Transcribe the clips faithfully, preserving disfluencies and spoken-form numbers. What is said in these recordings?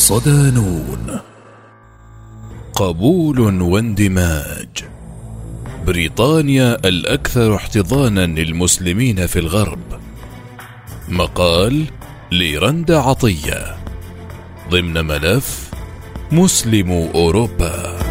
صدانون. قبول واندماج. بريطانيا الأكثر احتضانا للمسلمين في الغرب. مقال لرندا عطية ضمن ملف مسلمو أوروبا.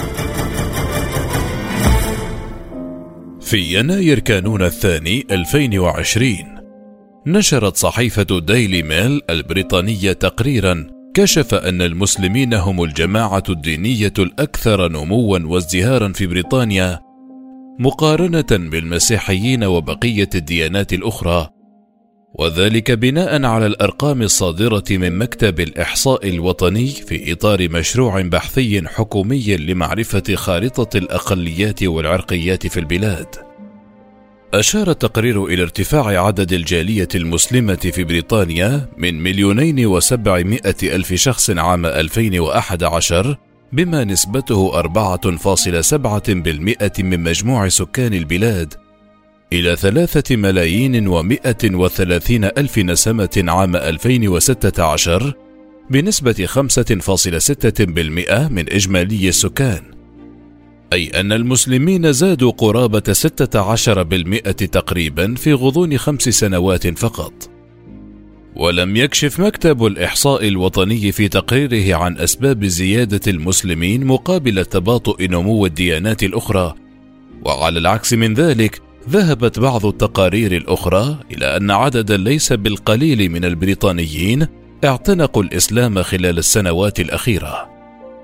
في يناير كانون الثاني ألفين وعشرين نشرت صحيفة ديلي ميل البريطانية تقريرا كشف أن المسلمين هم الجماعة الدينية الأكثر نموا وازدهارا في بريطانيا مقارنة بالمسيحيين وبقية الديانات الأخرى، وذلك بناء على الأرقام الصادرة من مكتب الإحصاء الوطني في إطار مشروع بحثي حكومي لمعرفة خارطة الأقليات والعرقيات في البلاد. أشار التقرير إلى ارتفاع عدد الجالية المسلمة في بريطانيا من مليونين وسبعمائة ألف شخص عام ألفين وأحد عشر، بما نسبته أربعة فاصلة سبعة بالمئة من مجموع سكان البلاد، إلى ثلاثة ملايين ومائة وثلاثين ألف نسمة عام ألفين وستة عشر بنسبة خمسة فاصلة ستة بالمئة من إجمالي السكان، أي أن المسلمين زادوا قرابة ستة عشر بالمئة تقريبا في غضون خمس سنوات فقط. ولم يكشف مكتب الإحصاء الوطني في تقريره عن أسباب زيادة المسلمين مقابل تباطؤ نمو الديانات الأخرى، وعلى العكس من ذلك ذهبت بعض التقارير الأخرى إلى أن عددا ليس بالقليل من البريطانيين اعتنقوا الإسلام خلال السنوات الأخيرة.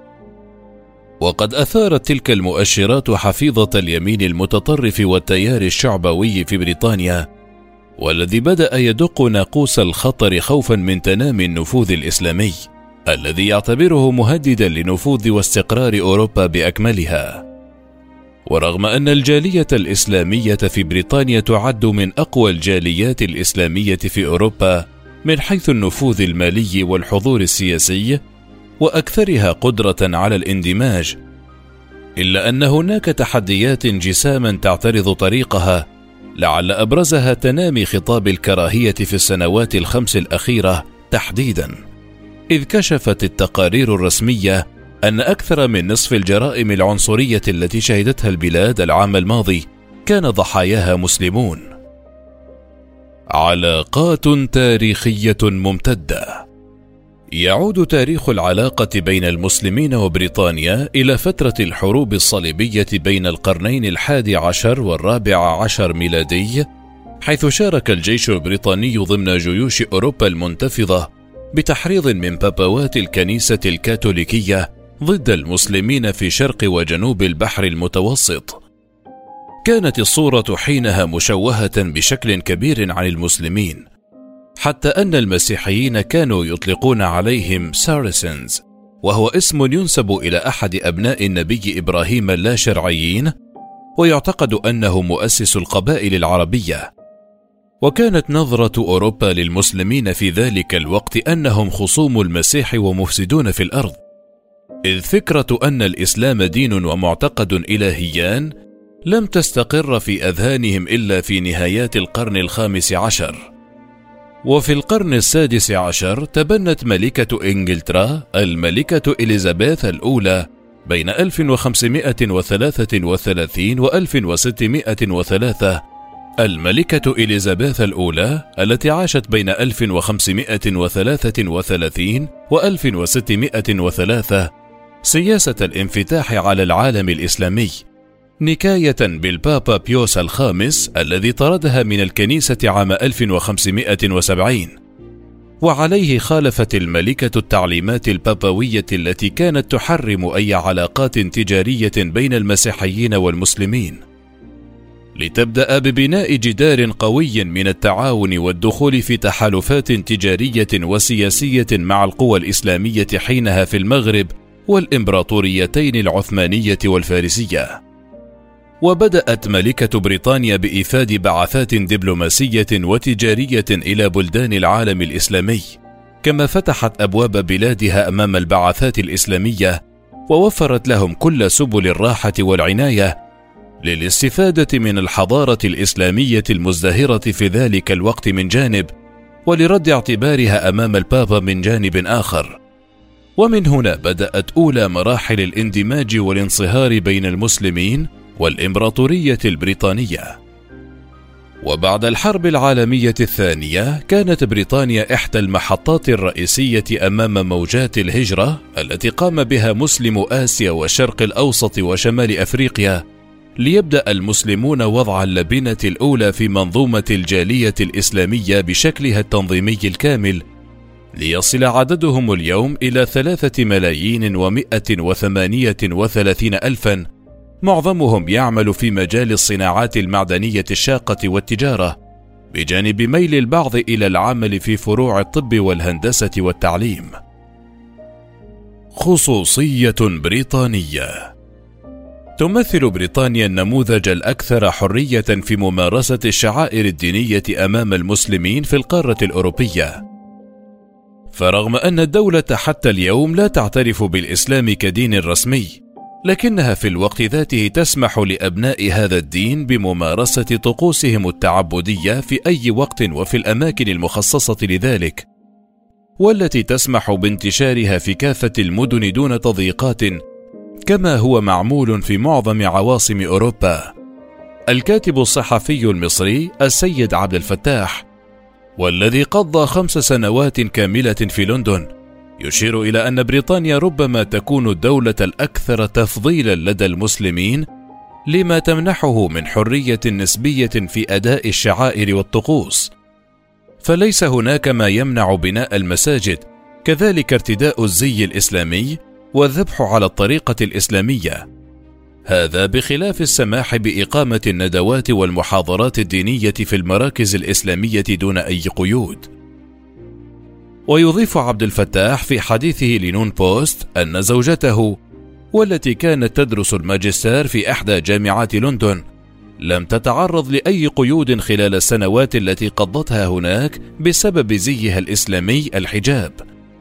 وقد أثارت تلك المؤشرات حفيظة اليمين المتطرف والتيار الشعبوي في بريطانيا، والذي بدأ يدق ناقوس الخطر خوفا من تنامي النفوذ الإسلامي الذي يعتبره مهددا لنفوذ واستقرار أوروبا بأكملها. ورغم أن الجالية الإسلامية في بريطانيا تعد من أقوى الجاليات الإسلامية في أوروبا من حيث النفوذ المالي والحضور السياسي وأكثرها قدرة على الاندماج، إلا أن هناك تحديات جساما تعترض طريقها، لعل أبرزها تنامي خطاب الكراهية في السنوات الخمس الأخيرة تحديدا، إذ كشفت التقارير الرسمية أن أكثر من نصف الجرائم العنصرية التي شهدتها البلاد العام الماضي كان ضحاياها مسلمون. علاقات تاريخية ممتدة. يعود تاريخ العلاقة بين المسلمين وبريطانيا إلى فترة الحروب الصليبية بين القرنين الحادي عشر والرابع عشر ميلادي، حيث شارك الجيش البريطاني ضمن جيوش أوروبا المنتفضة بتحريض من بابوات الكنيسة الكاثوليكية ضد المسلمين في شرق وجنوب البحر المتوسط. كانت الصورة حينها مشوهة بشكل كبير عن المسلمين، حتى أن المسيحيين كانوا يطلقون عليهم سارسنز، وهو اسم ينسب إلى أحد أبناء النبي إبراهيم اللا شرعيين، ويعتقد أنه مؤسس القبائل العربية. وكانت نظرة أوروبا للمسلمين في ذلك الوقت أنهم خصوم المسيح ومفسدون في الأرض، إذ فكرة أن الإسلام دين ومعتقد إلهيان لم تستقر في أذهانهم إلا في نهايات القرن الخامس عشر. وفي القرن السادس عشر تبنت ملكة إنجلترا الملكة إليزابيث الأولى بين ألف وخمسمائة وثلاثة وثلاثين و ألف وستمائة وثلاثة الملكة إليزابيث الأولى التي عاشت بين ألف وخمسمائة وثلاثة وثلاثين و ألف وستمائة وثلاثة سياسة الانفتاح على العالم الإسلامي، نكاية بالبابا بيوس الخامس الذي طردها من الكنيسة عام ألف وخمسمائة وسبعين. وعليه خالفت الملكة التعليمات البابوية التي كانت تحرم أي علاقات تجارية بين المسيحيين والمسلمين، لتبدأ ببناء جدار قوي من التعاون والدخول في تحالفات تجارية وسياسية مع القوى الإسلامية حينها في المغرب والإمبراطوريتين العثمانية والفارسية. وبدأت ملكة بريطانيا بإيفاد بعثات دبلوماسية وتجارية إلى بلدان العالم الإسلامي، كما فتحت أبواب بلادها أمام البعثات الإسلامية، ووفرت لهم كل سبل الراحة والعناية للاستفادة من الحضارة الإسلامية المزدهرة في ذلك الوقت من جانب، ولرد اعتبارها أمام البابا من جانب آخر. ومن هنا بدأت أولى مراحل الاندماج والانصهار بين المسلمين والإمبراطورية البريطانية. وبعد الحرب العالمية الثانية كانت بريطانيا إحدى المحطات الرئيسية أمام موجات الهجرة التي قام بها مسلم آسيا والشرق الأوسط وشمال أفريقيا، ليبدأ المسلمون وضع اللبنة الأولى في منظومة الجالية الإسلامية بشكلها التنظيمي الكامل، ليصل عددهم اليوم إلى ثلاثة ملايين ومئة وثمانية وثلاثين ألفا، معظمهم يعمل في مجال الصناعات المعدنية الشاقة والتجارة، بجانب ميل البعض إلى العمل في فروع الطب والهندسة والتعليم. خصوصية بريطانية. تمثل بريطانيا النموذج الأكثر حرية في ممارسة الشعائر الدينية أمام المسلمين في القارة الأوروبية. فرغم أن الدولة حتى اليوم لا تعترف بالإسلام كدين رسمي، لكنها في الوقت ذاته تسمح لأبناء هذا الدين بممارسة طقوسهم التعبدية في أي وقت وفي الأماكن المخصصة لذلك، والتي تسمح بانتشارها في كافة المدن دون تضييقات، كما هو معمول في معظم عواصم أوروبا. الكاتب الصحفي المصري السيد عبد الفتاح، والذي قضى خمس سنوات كاملة في لندن، يشير إلى أن بريطانيا ربما تكون الدولة الأكثر تفضيلا لدى المسلمين لما تمنحه من حرية نسبية في أداء الشعائر والطقوس، فليس هناك ما يمنع بناء المساجد، كذلك ارتداء الزي الإسلامي والذبح على الطريقة الإسلامية، هذا بخلاف السماح بإقامة الندوات والمحاضرات الدينية في المراكز الإسلامية دون أي قيود. ويضيف عبد الفتاح في حديثه لنون بوست أن زوجته، والتي كانت تدرس الماجستير في إحدى جامعات لندن، لم تتعرض لأي قيود خلال السنوات التي قضتها هناك بسبب زيها الإسلامي الحجاب،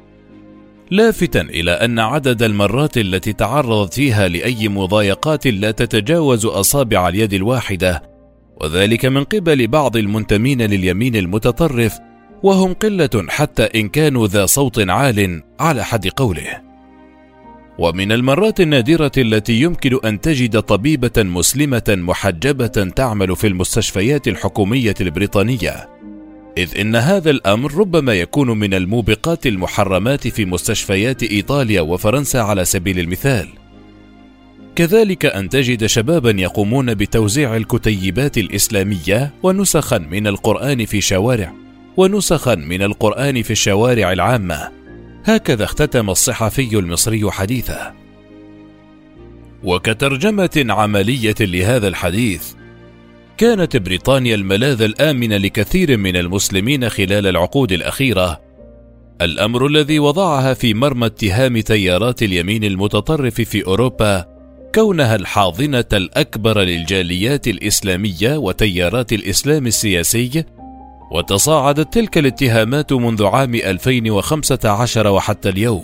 لافتا إلى أن عدد المرات التي تعرضت فيها لأي مضايقات لا تتجاوز أصابع اليد الواحدة، وذلك من قبل بعض المنتمين لليمين المتطرف، وهم قلة حتى إن كانوا ذا صوت عال على حد قوله. ومن المرات النادرة التي يمكن أن تجد طبيبة مسلمة محجبة تعمل في المستشفيات الحكومية البريطانية، إذ إن هذا الأمر ربما يكون من الموبقات المحرمات في مستشفيات إيطاليا وفرنسا على سبيل المثال. كذلك أن تجد شبابا يقومون بتوزيع الكتيبات الإسلامية ونسخا من القرآن في شوارع ونسخا من القرآن في الشوارع العامة. هكذا اختتم الصحفي المصري حديثه. وكترجمة عملية لهذا الحديث، كانت بريطانيا الملاذ الآمن لكثير من المسلمين خلال العقود الأخيرة، الأمر الذي وضعها في مرمى اتهام تيارات اليمين المتطرف في أوروبا كونها الحاضنة الأكبر للجاليات الإسلامية وتيارات الإسلام السياسي. وتصاعدت تلك الاتهامات منذ عام ألفين وخمسة عشر وحتى اليوم.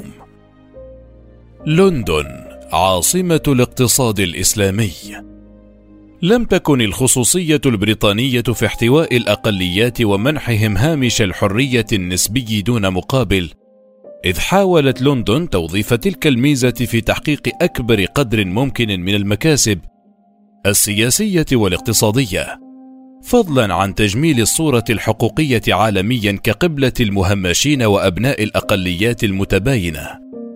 لندن عاصمة الاقتصاد الإسلامي. لم تكن الخصوصية البريطانية في احتواء الأقليات ومنحهم هامش الحرية النسبي دون مقابل، إذ حاولت لندن توظيف تلك الميزة في تحقيق أكبر قدر ممكن من المكاسب السياسية والاقتصادية، فضلا عن تجميل الصورة الحقوقية عالميا كقبلة المهمشين وأبناء الأقليات المتباينة.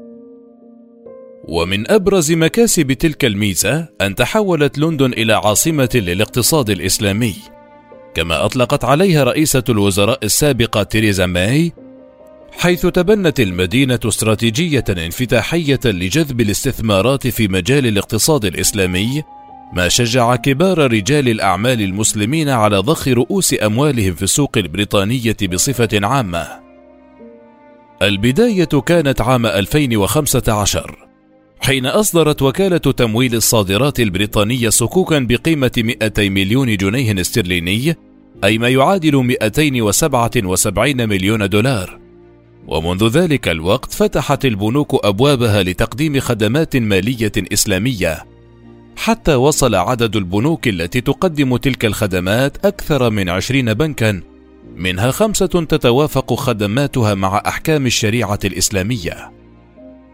ومن أبرز مكاسب تلك الميزة أن تحولت لندن إلى عاصمة للاقتصاد الإسلامي، كما أطلقت عليها رئيسة الوزراء السابقة تيريزا ماي، حيث تبنت المدينة استراتيجية انفتاحية لجذب الاستثمارات في مجال الاقتصاد الإسلامي، ما شجع كبار رجال الأعمال المسلمين على ضخ رؤوس أموالهم في السوق البريطانية بصفة عامة. البداية كانت عام ألفين وخمسة عشر، حين أصدرت وكالة تمويل الصادرات البريطانية صكوكا بقيمة مئتي مليون جنيه استرليني، أي ما يعادل مئتين وسبعة وسبعين مليون دولار. ومنذ ذلك الوقت فتحت البنوك أبوابها لتقديم خدمات مالية إسلامية، حتى وصل عدد البنوك التي تقدم تلك الخدمات أكثر من عشرين بنكا، منها خمسة تتوافق خدماتها مع أحكام الشريعة الإسلامية.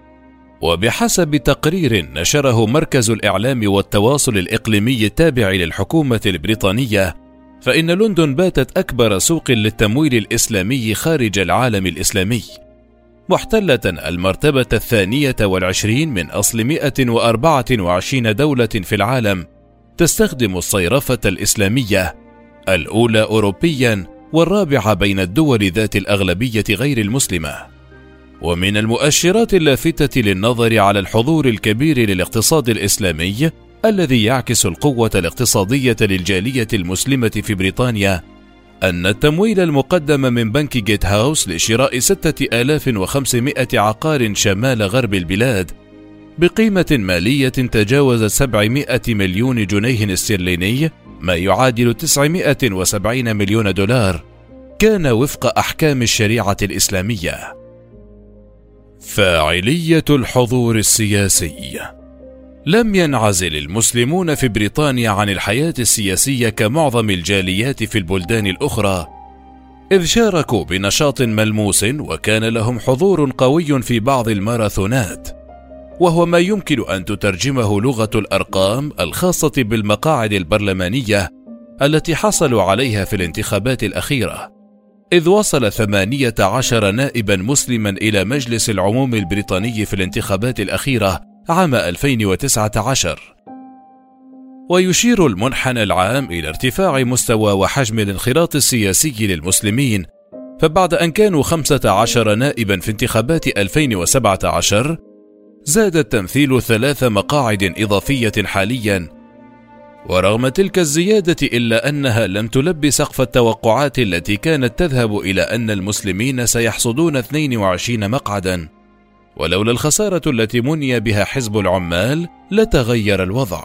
وبحسب تقرير نشره مركز الإعلام والتواصل الإقليمي التابع للحكومة البريطانية، فإن لندن باتت أكبر سوق للتمويل الإسلامي خارج العالم الإسلامي، محتلة المرتبة الثانية والعشرين من أصل مئة وأربعة وعشرين دولة في العالم تستخدم الصيرفة الإسلامية، الأولى أوروبيا والرابعة بين الدول ذات الأغلبية غير المسلمة. ومن المؤشرات اللافتة للنظر على الحضور الكبير للاقتصاد الإسلامي الذي يعكس القوة الاقتصادية للجالية المسلمة في بريطانيا أن التمويل المقدم من بنك جيت هاوس لشراء ستة آلاف وخمسمائة عقار شمال غرب البلاد بقيمة مالية تجاوز سبعمائة مليون جنيه استرليني، ما يعادل تسعمائة وسبعين مليون دولار، كان وفق أحكام الشريعة الإسلامية. فاعلية الحضور السياسي. لم ينعزل المسلمون في بريطانيا عن الحياة السياسية كمعظم الجاليات في البلدان الأخرى، إذ شاركوا بنشاط ملموس وكان لهم حضور قوي في بعض الماراثونات، وهو ما يمكن أن تترجمه لغة الأرقام الخاصة بالمقاعد البرلمانية التي حصلوا عليها في الانتخابات الأخيرة، إذ وصل ثمانية عشر نائبا مسلما إلى مجلس العموم البريطاني في الانتخابات الأخيرة عام ألفين وتسعة عشر. ويشير المنحنى العام إلى ارتفاع مستوى وحجم الانخراط السياسي للمسلمين، فبعد أن كانوا خمسة عشر نائبا في انتخابات ألفين وسبعة عشر، زاد التمثيل ثلاث مقاعد إضافية حاليا. ورغم تلك الزيادة إلا أنها لم تلبي سقف التوقعات التي كانت تذهب إلى أن المسلمين سيحصدون اثنين وعشرين مقعدا، ولولا الخسارة التي مني بها حزب العمال لتغير الوضع.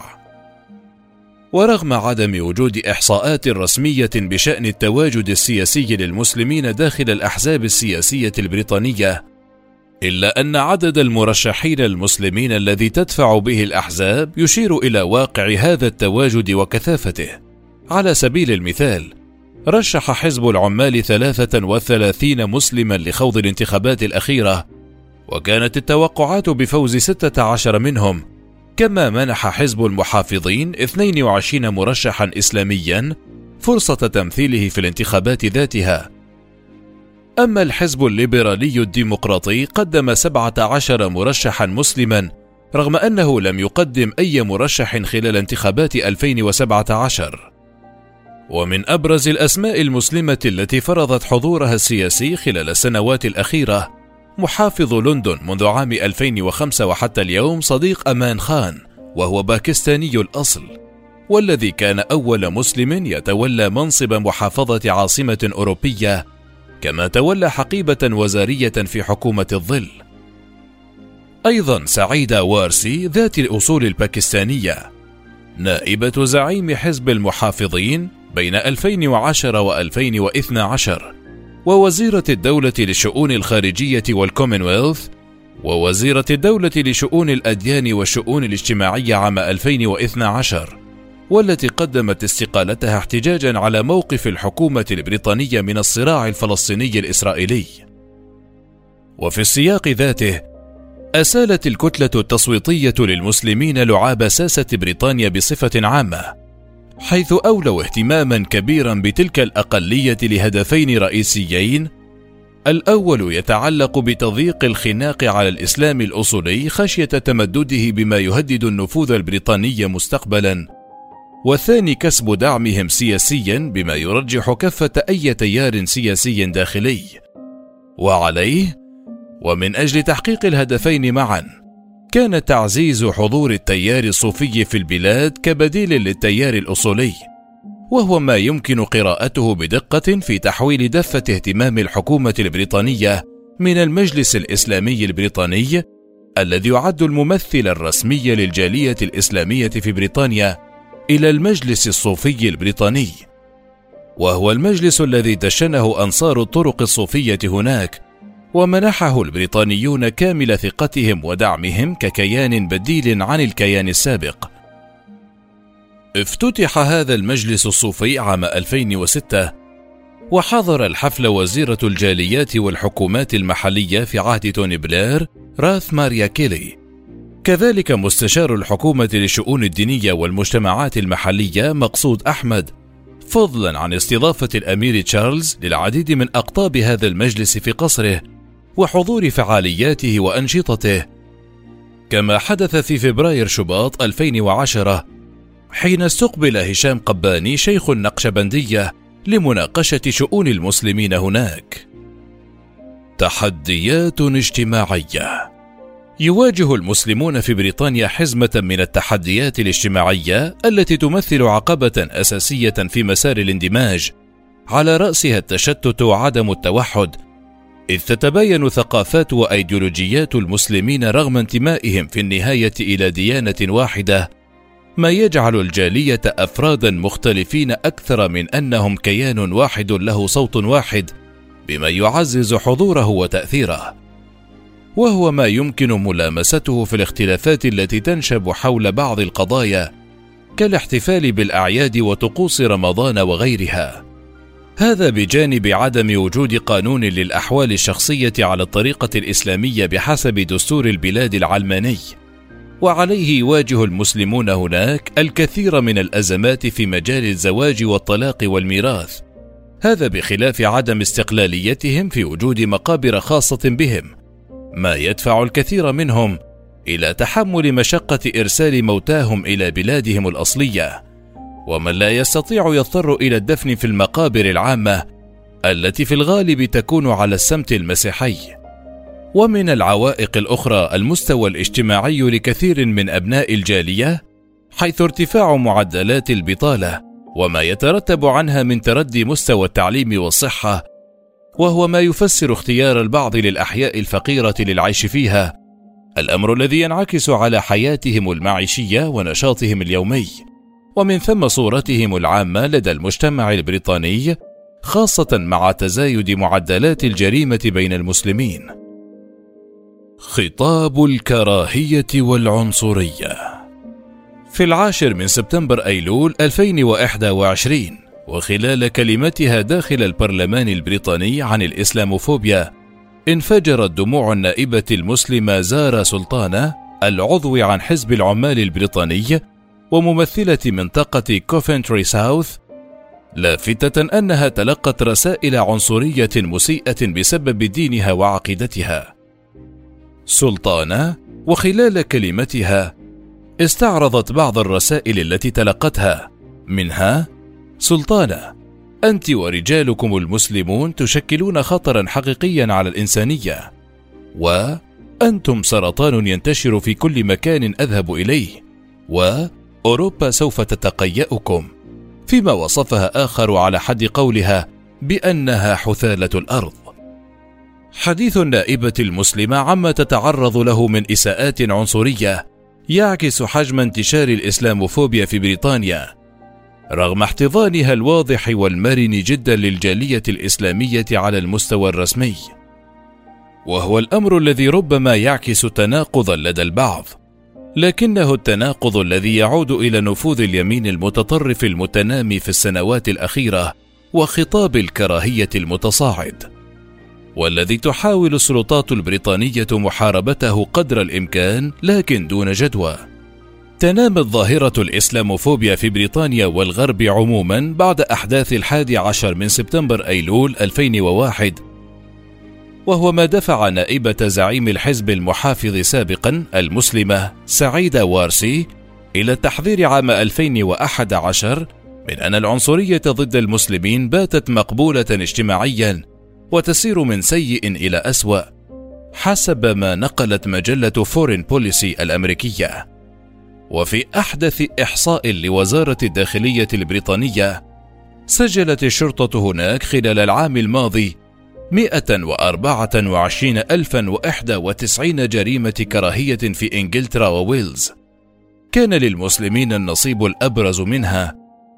ورغم عدم وجود إحصاءات رسمية بشأن التواجد السياسي للمسلمين داخل الأحزاب السياسية البريطانية، إلا أن عدد المرشحين المسلمين الذي تدفع به الأحزاب يشير إلى واقع هذا التواجد وكثافته. على سبيل المثال، رشح حزب العمال ثلاثة وثلاثين مسلما لخوض الانتخابات الأخيرة، وكانت التوقعات بفوز ستة عشر منهم، كما منح حزب المحافظين اثنين وعشرين مرشحا إسلاميا فرصة تمثيله في الانتخابات ذاتها. أما الحزب الليبرالي الديمقراطي قدم سبعة عشر مرشحا مسلما، رغم أنه لم يقدم أي مرشح خلال انتخابات ألفين وسبعة عشر. ومن أبرز الأسماء المسلمة التي فرضت حضورها السياسي خلال السنوات الأخيرة محافظ لندن منذ عام ألفين وخمسة وحتى اليوم صديق أمان خان، وهو باكستاني الأصل، والذي كان أول مسلم يتولى منصب محافظة عاصمة أوروبية، كما تولى حقيبة وزارية في حكومة الظل. أيضا سعيدة وارسي ذات الأصول الباكستانية، نائبة زعيم حزب المحافظين بين ألفين وعشرة وألفين واثني عشر، ووزيرة الدولة للشؤون الخارجية والكومنولث، ووزيرة الدولة لشؤون الأديان والشؤون الاجتماعية عام ألفين واثني عشر، والتي قدمت استقالتها احتجاجا على موقف الحكومة البريطانية من الصراع الفلسطيني الإسرائيلي. وفي السياق ذاته، أسالت الكتلة التصويتية للمسلمين لعاب ساسة بريطانيا بصفة عامة، حيث أولوا اهتماما كبيرا بتلك الأقلية لهدفين رئيسيين: الأول يتعلق بتضييق الخناق على الإسلام الأصولي خشية تمدده بما يهدد النفوذ البريطاني مستقبلا، والثاني كسب دعمهم سياسيا بما يرجح كفة أي تيار سياسي داخلي. وعليه، ومن أجل تحقيق الهدفين معا، كان تعزيز حضور التيار الصوفي في البلاد كبديل للتيار الأصولي، وهو ما يمكن قراءته بدقة في تحويل دفة اهتمام الحكومة البريطانية من المجلس الإسلامي البريطاني، الذي يعد الممثل الرسمي للجالية الإسلامية في بريطانيا، إلى المجلس الصوفي البريطاني، وهو المجلس الذي دشنه أنصار الطرق الصوفية هناك، ومنحه البريطانيون كامل ثقتهم ودعمهم ككيان بديل عن الكيان السابق. افتتح هذا المجلس الصوفي عام ألفين وستة، وحضر الحفل وزيرة الجاليات والحكومات المحلية في عهد توني بلير راث ماريا كيلي، كذلك مستشار الحكومة للشؤون الدينية والمجتمعات المحلية مقصود أحمد، فضلا عن استضافة الأمير تشارلز للعديد من أقطاب هذا المجلس في قصره وحضور فعالياته وأنشطته. كما حدث في فبراير شباط ألفين وعشرة حين استقبل هشام قباني شيخ النقشبندية لمناقشة شؤون المسلمين هناك. تحديات اجتماعية. يواجه المسلمون في بريطانيا حزمة من التحديات الاجتماعية التي تمثل عقبة أساسية في مسار الاندماج، على رأسها التشتت وعدم التوحد، إذ تتباين ثقافات وأيديولوجيات المسلمين رغم انتمائهم في النهاية إلى ديانة واحدة، ما يجعل الجالية أفرادا مختلفين أكثر من أنهم كيان واحد له صوت واحد، بما يعزز حضوره وتأثيره، وهو ما يمكن ملامسته في الاختلافات التي تنشب حول بعض القضايا كالاحتفال بالأعياد وطقوس رمضان وغيرها. هذا بجانب عدم وجود قانون للأحوال الشخصية على الطريقة الإسلامية بحسب دستور البلاد العلماني، وعليه يواجه المسلمون هناك الكثير من الأزمات في مجال الزواج والطلاق والميراث، هذا بخلاف عدم استقلاليتهم في وجود مقابر خاصة بهم، ما يدفع الكثير منهم إلى تحمل مشقة إرسال موتاهم إلى بلادهم الأصلية، ومن لا يستطيع يضطر إلى الدفن في المقابر العامة التي في الغالب تكون على السمت المسيحي. ومن العوائق الأخرى المستوى الاجتماعي لكثير من أبناء الجالية، حيث ارتفاع معدلات البطالة وما يترتب عنها من تردي مستوى التعليم والصحة، وهو ما يفسر اختيار البعض للأحياء الفقيرة للعيش فيها، الأمر الذي ينعكس على حياتهم المعيشية ونشاطهم اليومي، ومن ثم صورتهم العامة لدى المجتمع البريطاني، خاصة مع تزايد معدلات الجريمة بين المسلمين. خطاب الكراهية والعنصرية. في العاشر من سبتمبر أيلول ألفين وإحدى وعشرين، وخلال كلمتها داخل البرلمان البريطاني عن الإسلاموفوبيا، انفجرت دموع النائبة المسلمة زارا سلطانة، العضو عن حزب العمال البريطاني وممثلة منطقة كوفنتري ساوث، لافتة أنها تلقت رسائل عنصرية مسيئة بسبب دينها وعقيدتها. سلطانة وخلال كلمتها استعرضت بعض الرسائل التي تلقتها، منها: سلطانة، أنت ورجالكم المسلمون تشكلون خطرا حقيقيا على الإنسانية، وأنتم سرطان ينتشر في كل مكان أذهب إليه، وأوروبا سوف تتقيأكم، فيما وصفها آخر على حد قولها بأنها حثالة الأرض. حديث النائبة المسلمة عما تتعرض له من إساءات عنصرية يعكس حجم انتشار الإسلاموفوبيا في بريطانيا، رغم احتضانها الواضح والمرن جدا للجالية الإسلامية على المستوى الرسمي، وهو الأمر الذي ربما يعكس تناقضا لدى البعض، لكنه التناقض الذي يعود إلى نفوذ اليمين المتطرف المتنامي في السنوات الأخيرة وخطاب الكراهية المتصاعد، والذي تحاول السلطات البريطانية محاربته قدر الإمكان لكن دون جدوى. تنامت ظاهرة الإسلاموفوبيا في بريطانيا والغرب عموما بعد أحداث الحادي عشر من سبتمبر أيلول ألفين وواحد، وهو ما دفع نائبة زعيم الحزب المحافظ سابقا المسلمة سعيدة وارسي إلى التحذير عام ألفين وأحد عشر من أن العنصرية ضد المسلمين باتت مقبولة اجتماعيا وتسير من سيء إلى أسوأ، حسب ما نقلت مجلة فورين بوليسي الأمريكية. وفي أحدث إحصاء لوزارة الداخلية البريطانية، سجلت الشرطة هناك خلال العام الماضي مئة وأربعة وعشرين ألفا وإحدى وتسعين جريمة كراهية في إنجلترا وويلز، كان للمسلمين النصيب الأبرز منها.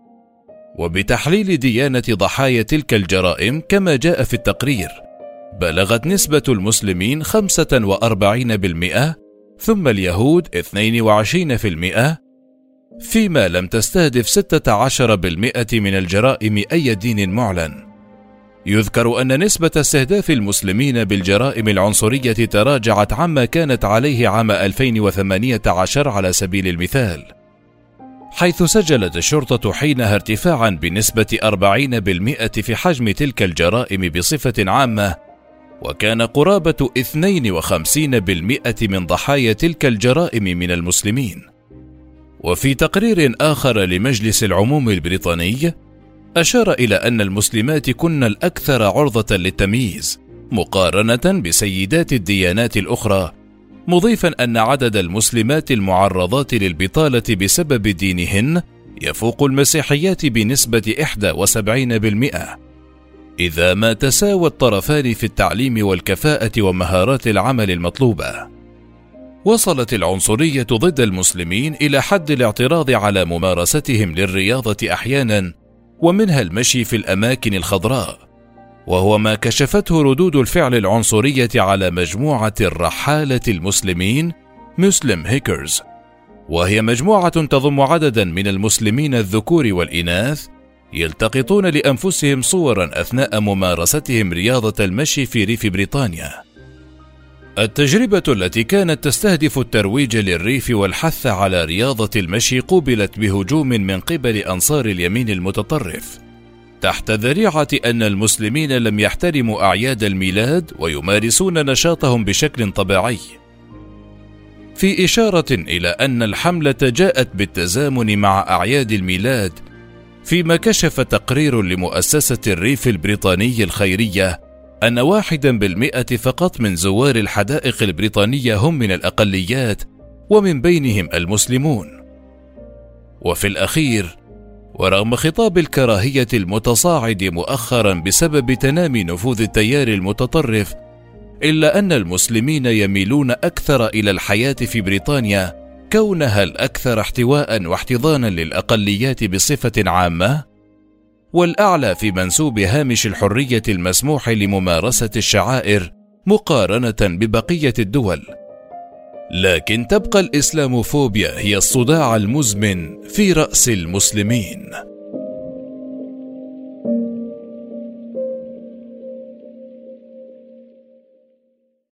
وبتحليل ديانة ضحايا تلك الجرائم كما جاء في التقرير، بلغت نسبة المسلمين خمسة وأربعين بالمئة، ثم اليهود اثنين وعشرين بالمئة، فيما لم تستهدف ستة عشر بالمئة من الجرائم أي دين معلن. يذكر أن نسبة استهداف المسلمين بالجرائم العنصرية تراجعت عما كانت عليه عام ألفين وثمانية عشر على سبيل المثال، حيث سجلت الشرطة حينها ارتفاعا بنسبة أربعين بالمئة في حجم تلك الجرائم بصفة عامة، وكان قرابة اثنين وخمسين بالمئة من ضحايا تلك الجرائم من المسلمين. وفي تقرير آخر لمجلس العموم البريطاني أشار إلى أن المسلمات كن الأكثر عرضة للتمييز مقارنة بسيدات الديانات الأخرى، مضيفا أن عدد المسلمات المعرضات للبطالة بسبب دينهن يفوق المسيحيات بنسبة واحد وسبعين بالمئة، إذا ما تساوى الطرفان في التعليم والكفاءة ومهارات العمل المطلوبة. وصلت العنصرية ضد المسلمين إلى حد الاعتراض على ممارستهم للرياضة أحيانا، ومنها المشي في الأماكن الخضراء، وهو ما كشفته ردود الفعل العنصرية على مجموعة الرحالة المسلمين مسلم هيكرز، وهي مجموعة تضم عددا من المسلمين الذكور والإناث يلتقطون لأنفسهم صورا أثناء ممارستهم رياضة المشي في ريف بريطانيا. التجربة التي كانت تستهدف الترويج للريف والحث على رياضة المشي قوبلت بهجوم من قبل أنصار اليمين المتطرف، تحت ذريعة أن المسلمين لم يحترموا أعياد الميلاد ويمارسون نشاطهم بشكل طبيعي، في إشارة إلى أن الحملة جاءت بالتزامن مع أعياد الميلاد، فيما كشف تقرير لمؤسسة الريف البريطاني الخيرية أن واحدا بالمئة فقط من زوار الحدائق البريطانية هم من الأقليات، ومن بينهم المسلمون. وفي الأخير، ورغم خطاب الكراهية المتصاعد مؤخرا بسبب تنامي نفوذ التيار المتطرف، إلا أن المسلمين يميلون أكثر إلى الحياة في بريطانيا كونها الأكثر احتواء واحتضانا للأقليات بصفة عامة، والأعلى في منسوب هامش الحرية المسموح لممارسة الشعائر مقارنة ببقية الدول. لكن تبقى الإسلاموفوبيا هي الصداع المزمن في رأس المسلمين.